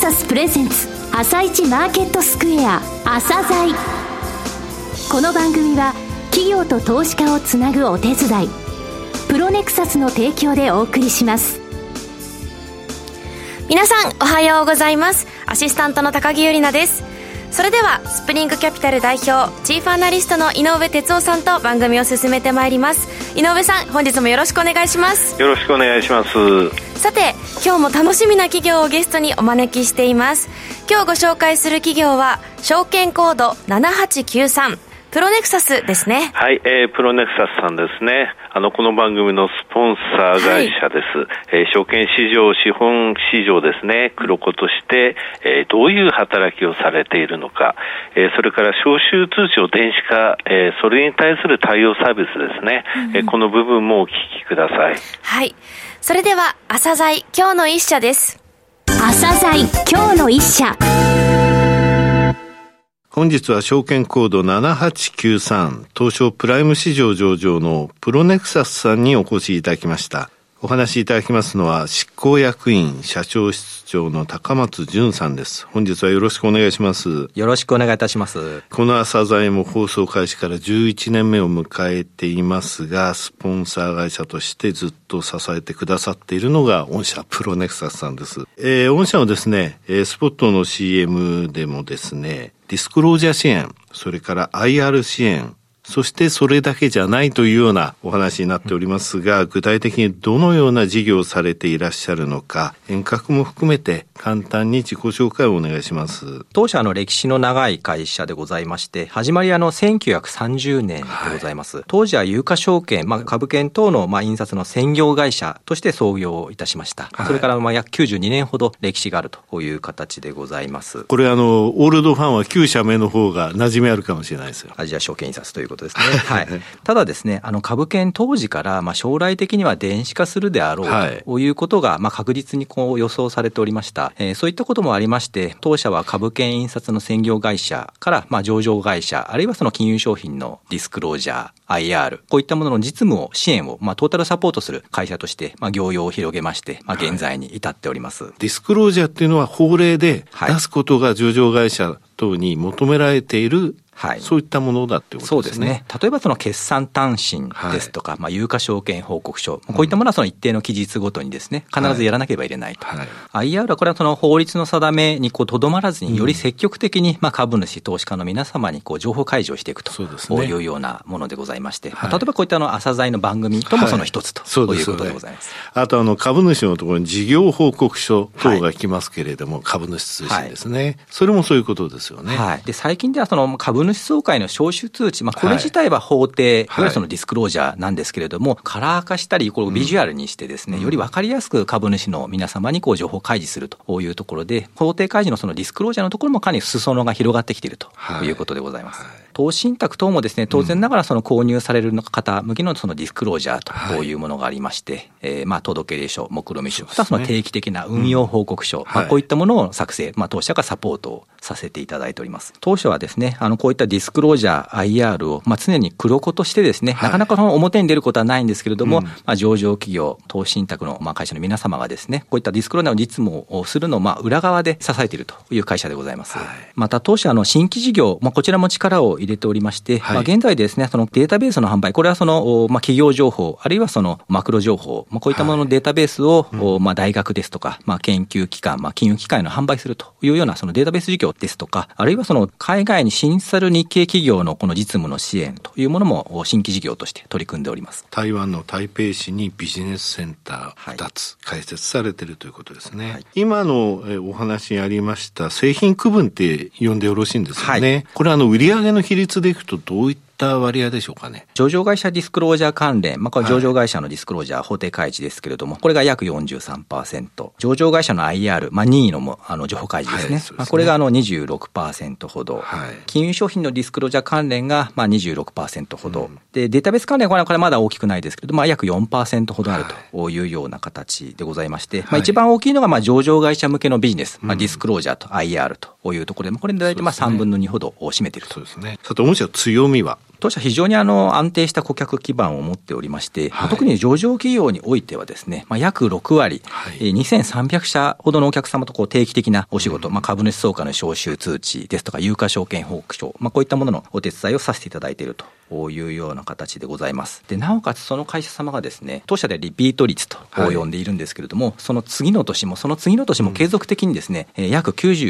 サスプレゼンツ朝一マーケットスクエア朝鮮。この番組は企業と投資家をつなぐお手伝い、プロネクサスの提供でお送りします。 皆さんおはようございます。アシスタントの高木由里奈です。それではスプリングキャピタル代表チーフアナリストの井上哲夫さんと番組を進めてまいります。井上さん、本日もよろしくお願いします。 よろしくお願いします。 さて、今日も楽しみな企業をゲストにお招きしています。今日ご紹介する企業は証券コード7893プロネクサスですね。 はい、プロネクサスさんですね。この番組のスポンサー会社です。はい、証券市場、資本市場ですね、黒子として、どういう働きをされているのか、それから招集通知を電子化、それに対する対応サービスですね、この部分もお聞きください。 はい、それでは朝鮮今日の一社です。 朝鮮今日の一社。 本日は証券コード7893東証プライム市場上場のプロネクサスさんにお越しいただきました。お話しいただきますのは執行役員社長室長の高松淳さんです。本日はよろしくお願いします。 よろしくお願いいたします。 この朝鮮も放送開始から11年目を迎えていますが、スポンサー会社としてずっと支えてくださっているのが御社プロネクサスさんです。御社はですね、スポットの CM でもですね、ディスクロージャー支援、それから IR 支援、そしてそれだけじゃないというようなお話になっておりますが、具体的にどのような事業をされていらっしゃるのか、遠隔も含めて簡単に自己紹介をお願いします。 当社歴史の長い会社でございまして、始まり1930年でございます。はい、当時は有価証券、株券等の印刷の専業会社として創業いたしました。はい、それから約92年ほど歴史があるという形でございます。 これオールドファンは旧社名の方が馴染みあるかもしれないですよ。 アジア証券印刷ということですね。はい。ただですね、株券当時から将来的には電子化するであろうということが確実に予想されておりました。そういったこともありまして、当社は株券印刷の専業会社から上場会社、あるいはその金融商品のディスクロージャー、IR、こういったものの実務を支援をトータルサポートする会社として業用を広げまして、現在に至っております。はい、 ディスクロージャーっていうのは法令で出すことが上場会社等に求められている、はい、そういったものだってことですね。そうですね。 例えばその決算単身ですとか、有価証券報告書、こういったものはその一定の期日ごとにですね、必ずやらなければいけないと。はい、IR はこれはその法律の定めにとどまらずに、より積極的に株主投資家の皆様に情報開示をしていくというようなものでございまして、例えばこういった朝鮮の番組ともその一つということでございます。 あと株主のところに事業報告書等が来ますけれども、株主通信ですね。それもそういうことですよね。 はい。で、最近ではその株主総会の招集通知、これ自体は法定、いわゆるそのディスクロージャーなんですけれども、カラー化したり、ビジュアルにしてですね、より分かりやすく株主の皆様に情報開示するというところで、法定開示のそのディスクロージャーのところもかなり裾野が広がってきているということでございます。投資信託等もですね、当然ながらその購入される方向けのそのディスクロージャーというものがありまして、届出書、目論見書、またその定期的な運用報告書、こういったものを作成、当社がサポートをさせていただいております。当社はですね、こういったディスクロージャー、IR を常に黒子としてですね、なかなかその表に出ることはないんですけれども、上場企業、投資信託の会社の皆様がですね、こういったディスクロージャーの実務をするのを裏側で支えているという会社でございます。また当社新規事業、こちらも力を入れておりまして、現在ですね、そのデータベースの販売、これはその企業情報、あるいはそのマクロ情報、こういったもののデータベースを大学ですとか、研究機関、金融機関への販売するというようなそのデータベース事業ですとか、あるいはその海外に進出される日系企業のこの実務の支援というものも新規事業として取り組んでおります。 台湾の台北市にビジネスセンター2つ開設されているということですね。はい、今のお話にありました製品区分って呼んでよろしいんですよね。はい、これ売上の比率でいくとどういった割合でしょうかね。 上場会社ディスクロージャー関連、これ上場会社のディスクロージャー法定開示ですけれども、これが約 43%、上場会社の IR、任意の情報開示ですね。そうですね。これが26% ほど、金融商品のディスクロージャー関連が26% ほど、でデータベース関連はこれまだ大きくないですけれども、約 4% ほどあるというような形でございまして、一番大きいのが上場会社向けのビジネス、ディスクロージャーと IR というところで、これで大体3分の2ほどを占めていると。 そうですね。さて、御社強みは当社非常に安定した顧客基盤を持っておりまして、特に上場企業においてはですね、約6割、2300社ほどのお客様と定期的なお仕事、株主総会の招集通知ですとか有価証券報告書、こういったもののお手伝いをさせていただいているというような形でございます。で、なおかつその会社様がですね、当社でリピート率と呼んでいるんですけれども、その次の年も継続的にですね、約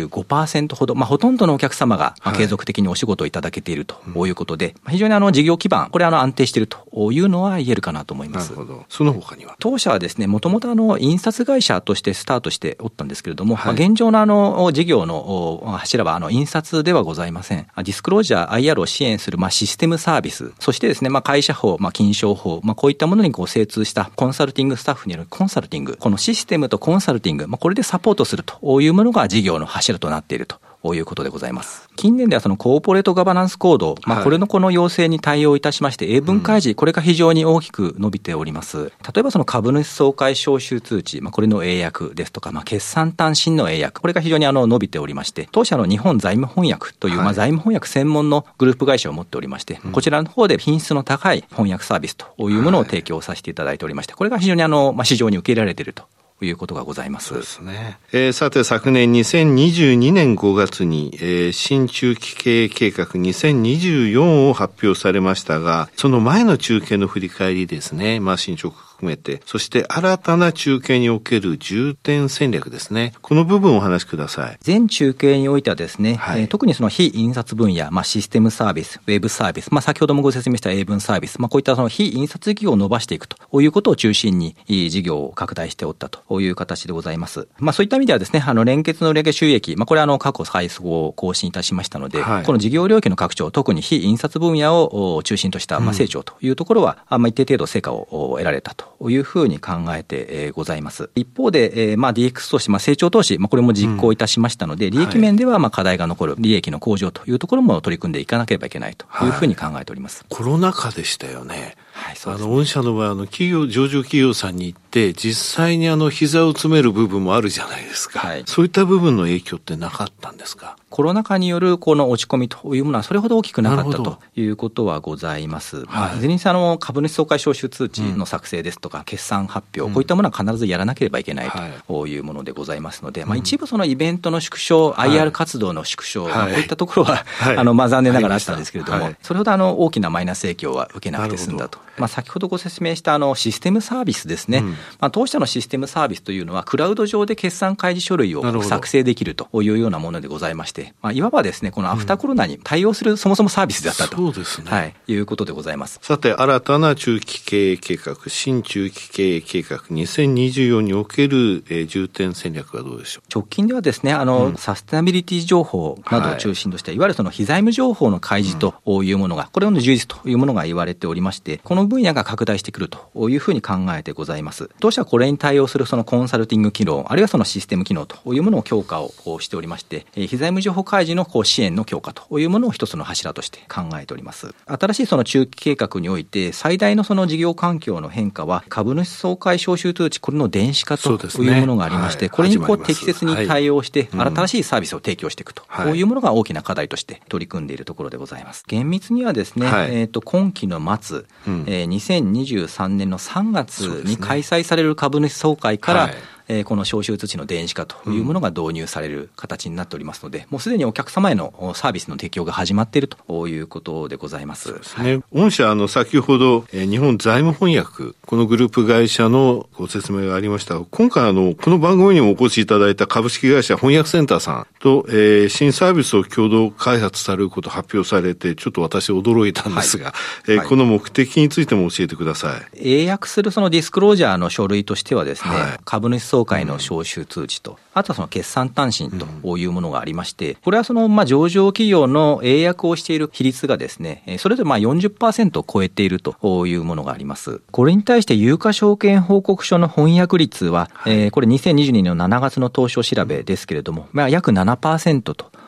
95% ほど、ほとんどのお客様が継続的にお仕事をいただけているということで、非常に事業基盤、これ安定しているというのは言えるかなと思います。 なるほど。その他には当社はですね、もともと印刷会社としてスタートしておったんですけれども、現状の事業の柱は印刷ではございません。ディスクロージャー IR を支援するシステムサービス、そしてですね、会社法、金商法、こういったものに精通したコンサルティングスタッフによるコンサルティング、このシステムとコンサルティング、これでサポートするというものが事業の柱となっているということでございます。近年ではそのコーポレートガバナンスコード、これのこの要請に対応いたしまして、英文開示、これが非常に大きく伸びております。例えばその株主総会招集通知、これの英訳ですとか、決算単身の英訳、これが非常に伸びておりまして、当社の日本財務翻訳という、財務翻訳専門のグループ会社を持っておりまして、こちらの方で品質の高い翻訳サービスというものを提供させていただいておりまして、これが非常に市場に受け入れられているということがございます。 そうですね。さて昨年2022年5月に、新中期経営計画2024を発表されましたが、その前の中継の振り返りですね、進捗含めて、そして新たな中継における重点戦略ですね。この部分をお話しください。 全中継においてはですね、特にその非印刷分野、システムサービス、ウェブサービス、先ほどもご説明した英文サービス、こういったその非印刷事業を伸ばしていくということを中心に事業を拡大しておったという形でございます。そういった意味ではですね、連結の売上収益、これは過去最高を更新いたしましたので、この事業領域の拡張、特に非印刷分野を中心とした成長というところは、一定程度成果を得られたというふうに考えてございます。一方で、DX 投資、成長投資、これも実行いたしましたので、利益面では課題が残る利益の向上というところも取り組んでいかなければいけないというふうに考えております。 コロナ禍でしたよね。 そうですね。 御社の場合上場企業さんに行って実際に膝を詰める部分もあるじゃないですか、そういった部分の影響ってなかったんですか？ コロナ禍によるこの落ち込みというものはそれほど大きくなかったということはございます。いずれにせ株主総会招集通知の作成ですとか、決算発表、こういったものは必ずやらなければいけないというものでございますので、一部そのイベントの縮小、IR 活動の縮小、こういったところは、残念ながらあったんですけれども、それほど大きなマイナス影響は受けなくて済んだと。先ほどご説明したシステムサービスですね、当社のシステムサービスというのはクラウド上で決算開示書類を作成できるというようなものでございまして、いわばですね、このアフターコロナに対応するそもそもサービスだったと、 そうですね、 いうことでございます。 さて、新たな中期経営計画、新中期経営計画2024における、重点戦略はどうでしょう？ 直近ではですね、サステナビリティ情報などを中心として、いわゆるその非財務情報の開示というものが、これの充実というものが言われておりまして、この分野が拡大してくるというふうに考えてございます。当社はこれに対応するそのコンサルティング機能、あるいはそのシステム機能というものを強化をしておりまして、非財務情報開示の支援の強化というものを一つの柱として考えております。新しいその中期計画において最大のその事業環境の変化は株主総会招集通知、これの電子化というものがありまして、これに適切に対応して新しいサービスを提供していくというものが大きな課題として取り組んでいるところでございます。厳密にはですね、今期の末、2023年の3月に開催される株主総会から、この招集通知の電子化というものが導入される形になっておりますので、もうすでにお客様へのサービスの提供が始まっているということでございます。 そうですね。御社先ほど日本財務翻訳、このグループ会社のご説明がありましたが、今回この番組にもお越しいただいた株式会社翻訳センターさんと、新サービスを共同開発されることを発表されて、ちょっと私驚いたんですが、この目的についても教えてください。 英訳するそのディスクロージャーの書類としてはですね、株主総会の招集通知と、あとはその決算単身というものがありまして、これはその上場企業の英訳をしている比率がですね、それぞれ40% を超えているというものがあります。これに対して有価証券報告書の翻訳率は、これ2022年の7月の当初調べですけれども、約 7% と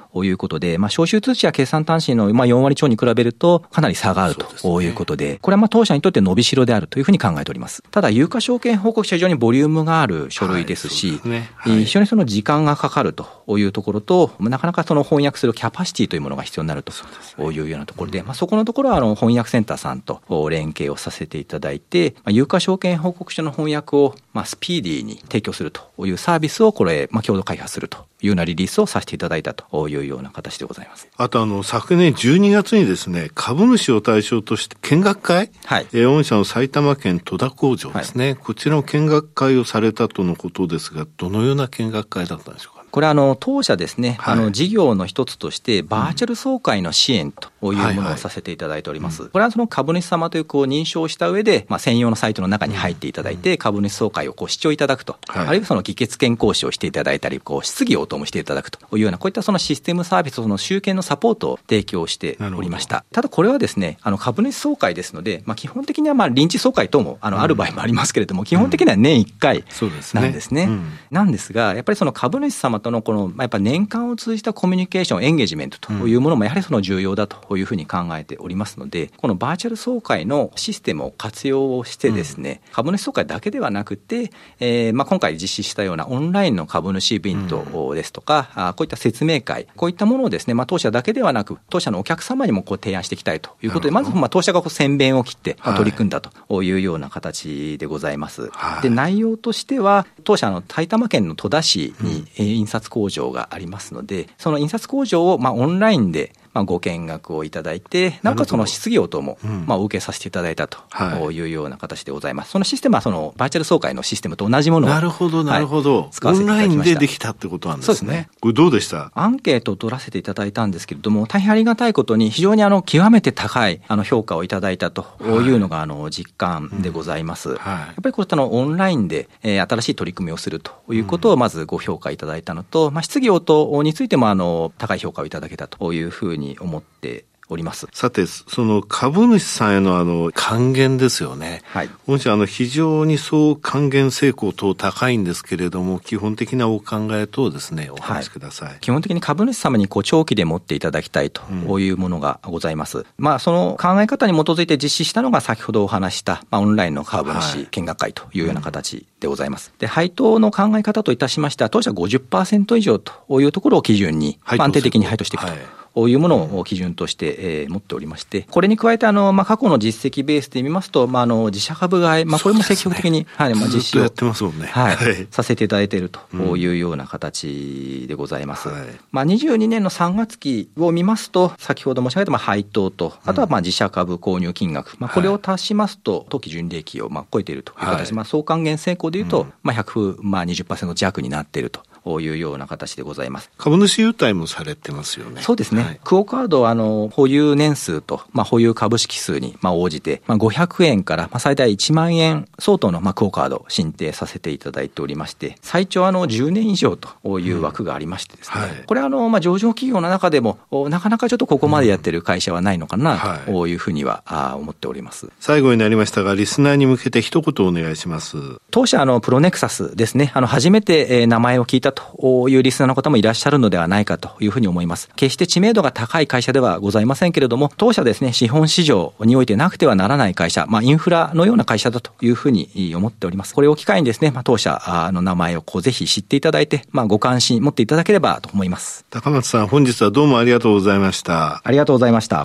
いうことで、招集通知や決算単身の4割超に比べるとかなり差があるということで、これは当社にとって伸びしろであるというふうに考えております。ただ、有価証券報告書は非常にボリュームがある書類ですし、非常にその時間がかかるというところと、なかなかその翻訳するキャパシティというものが必要になるというようなところで、そこのところは翻訳センターさんと連携をさせていただいて、有価証券報告書の翻訳をスピーディーに提供するというサービスを共同開発するというようなリリースをさせていただいたというような形でございます。 あと昨年12月にですね、株主を対象として見学会、御社の埼玉県戸田工場ですね、こちらの見学会をされたとのことですが、どのような見学会だったんでしょうか。 これ当社ですね、事業の一つとしてバーチャル総会の支援というものをさせていただいております。これはその株主様という認証した上で、専用のサイトの中に入っていただいて、株主総会を視聴いただくと、あるいはその議決権行使をしていただいたり、質疑応答もしていただくというような、こういったそのシステムサービス、その集権のサポートを提供しておりました。ただこれはですね、株主総会ですので、基本的には臨時総会等もある場合もありますけれども、基本的には年1回なんですね。なんですが、やっぱりその株主様とのやっぱ年間を通じたコミュニケーション、エンゲージメントというものもやはりその重要だというふうに考えておりますので、このバーチャル総会のシステムを活用してですね、株主総会だけではなくて、今回実施したようなオンラインの株主イベントですとか、こういった説明会、こういったものをですね、当社だけではなく、当社のお客様にも提案していきたいということで、まず当社が先鞭を切って取り組んだというような形でございます。で、内容としては、当社埼玉県の戸田市に印刷工場がありますので、その印刷工場をオンラインでご見学をいただいて、なおかつその質疑応答もお受けさせていただいたというような形でございます。そのシステムはそのバーチャル総会のシステムと同じものをなるほど、なるほど、オンラインでできたってことなんですね。 そうですね。 これどうでした？ アンケートを取らせていただいたんですけれども、大変ありがたいことに非常に極めて高い評価をいただいたというのが実感でございます。やっぱりこういったオンラインで新しい取り組みをするということをまずご評価いただいたのと、質疑応答についても高い評価をいただけたというふうに思っております。 さて、その株主さんへの還元ですよね。御社非常に総還元成功等高いんですけれども、基本的なお考え等ですね、お話しください。 基本的に株主様に長期で持っていただきたいというものがございます。その考え方に基づいて実施したのが先ほどお話したオンラインの株主見学会というような形でございます。で、配当の考え方といたしましては、当社 50% 以上というところを基準に安定的に配当していくと。こういうものを基準として、持っておりまして、これに加えて過去の実績ベースで見ますと、自社株買い、これも積極的に、実施をやってますもんね。 させていただいているというような形でございます。22年の3月期を見ますと、先ほど申し上げた配当と、あとは自社株購入金額、これを足しますと、当期純利益を超えているという形で、総還元成功でいうと、120% 弱になっていると。こういうような形でございます。 株主優待もされてますよね。 そうですね。クオカードは保有年数と、保有株式数に応じて、500円から最大1万円相当のクオカードを申請させていただいておりまして、最長10年以上という枠がありましてですね、これは上場企業の中でもなかなかちょっとここまでやってる会社はないのかなというふうには思っております。 最後になりましたが、リスナーに向けて一言お願いします。 当社プロネクサスですね、初めて名前を聞いたというリスナーの方もいらっしゃるのではないかというふうに思います。決して知名度が高い会社ではございませんけれども、当社ですね、資本市場においてなくてはならない会社、インフラのような会社だというふうに思っております。これを機会にですね、当社の名前をぜひ知っていただいて、ご関心持っていただければと思います。 高松さん、本日はどうもありがとうございました。 ありがとうございました。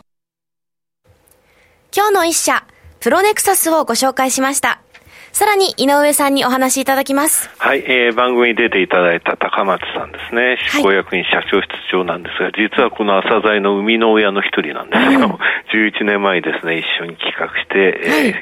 今日の一社、プロネクサスをご紹介しました。さらに井上さんにお話しいただきます。 はい、番組に出ていただいた高松さんですね、執行役員社長室長なんですが、実はこの朝鮮の生みの親の一人なんですよ。11年前にですね、一緒に企画して、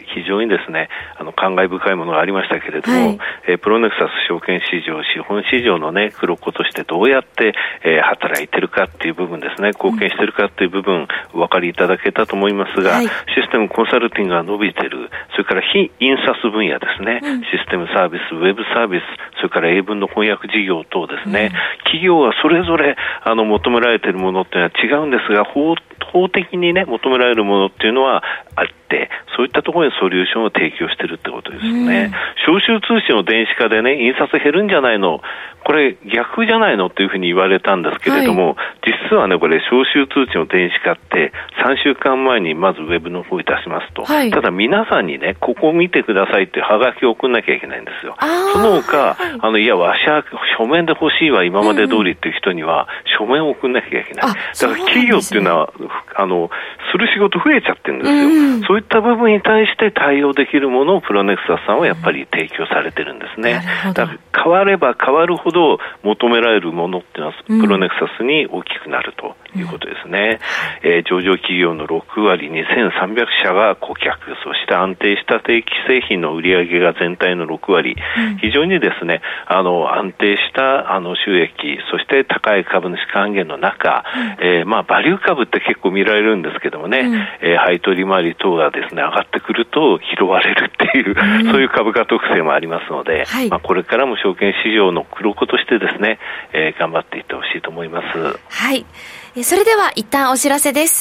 非常にですね、感慨深いものがありましたけれども、プロネクサス証券市場、資本市場のね、黒子としてどうやって、働いてるかっていう部分ですね、貢献してるかっていう部分、お分かりいただけたと思いますが、システムコンサルティングが伸びてる、それから非印刷分野ですね、システムサービス、ウェブサービス、それから英文の翻訳事業等ですね、企業はそれぞれ求められているものっていうのは違うんですが、法的にね求められるものっていうのはあって、そそういったところにソリューションを提供しているってことですね。招集通信の電子化でね、印刷減るんじゃないの、これ逆じゃないのっていうふうに言われたんですけれども、実はね、これ招集通知の電子化って3週間前にまずウェブの方に出しますと、ただ皆さんにね、ここを見てくださいってハガキを送んなきゃいけないんですよ。その他、いや、わしは書面で欲しいわ、今まで通りっていう人には書面を送んなきゃいけない。だから企業っていうのはする仕事増えちゃってるんですよ。そういった部分に対して対応できるものをプロネクサスさんはやっぱり提供されてるんですね。だから変われば変わるほど求められるものっていうのはプロネクサスに大きくなるということですね。上場企業の6割2300社が顧客、そして安定した定期製品の売上が全体の6割、非常にですね、安定した収益、そして高い株主還元の中、バリュー株って結構見られるんですけどもね、配当利回り等がですね、上がってくると拾われるっていう、そういう株価特性もありますので、これからも証券市場の黒子としてですね、頑張っていってほしいと思います。 はい。それでは一旦お知らせです。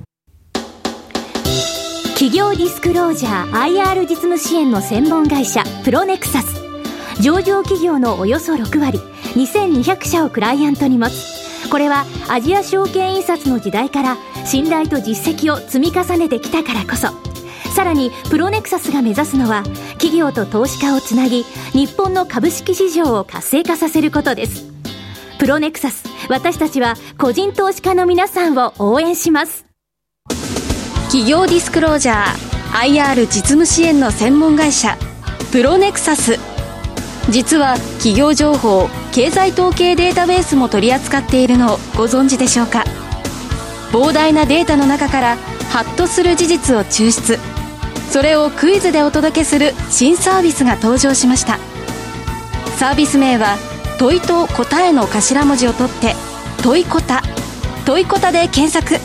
企業ディスクロージャー IR 実務支援の専門会社プロネクサス。上場企業のおよそ6割2200社をクライアントに持つ。これはアジア証券印刷の時代から信頼と実績を積み重ねてきたからこそ。さらにプロネクサスが目指すのは企業と投資家をつなぎ、日本の株式市場を活性化させることです。プロネクサス、私たちは個人投資家の皆さんを応援します。 企業ディスクロージャー IR 実務支援の専門会社プロネクサス。実は企業情報、経済統計データベースも取り扱っているのをご存知でしょうか。膨大なデータの中からハッとする事実を抽出、それをクイズでお届けする新サービスが登場しました。サービス名は問いと答えの頭文字を取って問いこた、問いこたで検索。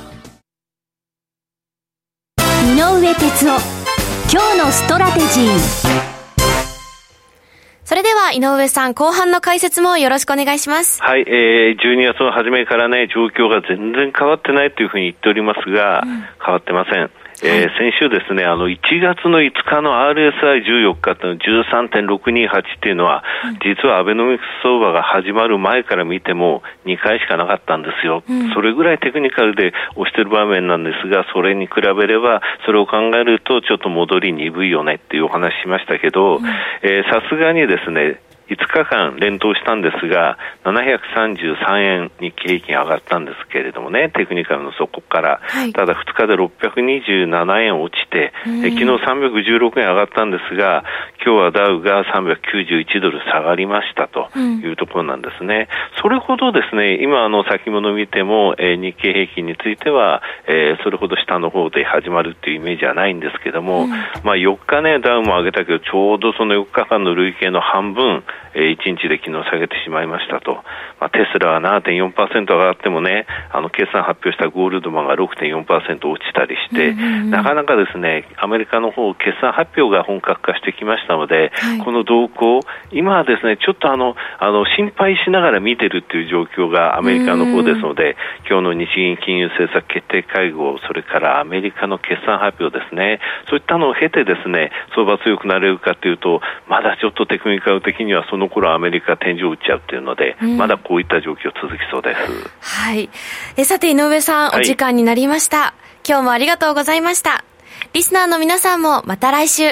井上哲夫、今日のストラテジー。 それでは井上さん、後半の解説もよろしくお願いします。 はい、12月の初めからね、状況が全然変わってないというふうに言っておりますが、変わってません。先週ですね、1月の5日の RSI14 日というの 13.628 っていうのは、実はアベノミクス相場が始まる前から見ても2回しかなかったんですよ。それぐらいテクニカルで押してる場面なんですが、それに比べれば、それを考えるとちょっと戻り鈍いよねっていうお話しましたけど、さすがにですね、5日間連投したんですが、733円日経平均上がったんですけれどもね、テクニカルの底から、ただ2日で627円落ちて、昨日316円上がったんですが、今日はダウが391ドル下がりましたというところなんですね。それほどですね、今先物見ても、日経平均については、それほど下の方で始まるっていうイメージはないんですけども、4日ね、ダウも上げたけど、ちょうどその4日間の累計の半分、1日で昨日下げてしまいましたと。テスラは 7.4% 上がってもね、決算発表したゴールドマンが 6.4% 落ちたりして、なかなかですね、アメリカの方、決算発表が本格化してきましたので、この動向、今はですね、ちょっと心配しながら見てるっていう状況がアメリカの方ですので、今日の日銀金融政策決定会合、それからアメリカの決算発表ですね、そういったのを経てですね、相場強くなれるかというと、まだちょっとテクニカル的にはその頃アメリカ天井打っちゃうっていうので、まだこういった状況続きそうです。 はい。さて井上さん、お時間になりました。今日もありがとうございました。リスナーの皆さんもまた来週。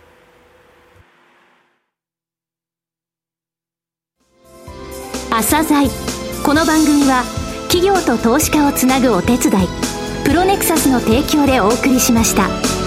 朝鮮。この番組は企業と投資家をつなぐお手伝い、プロネクサスの提供でお送りしました。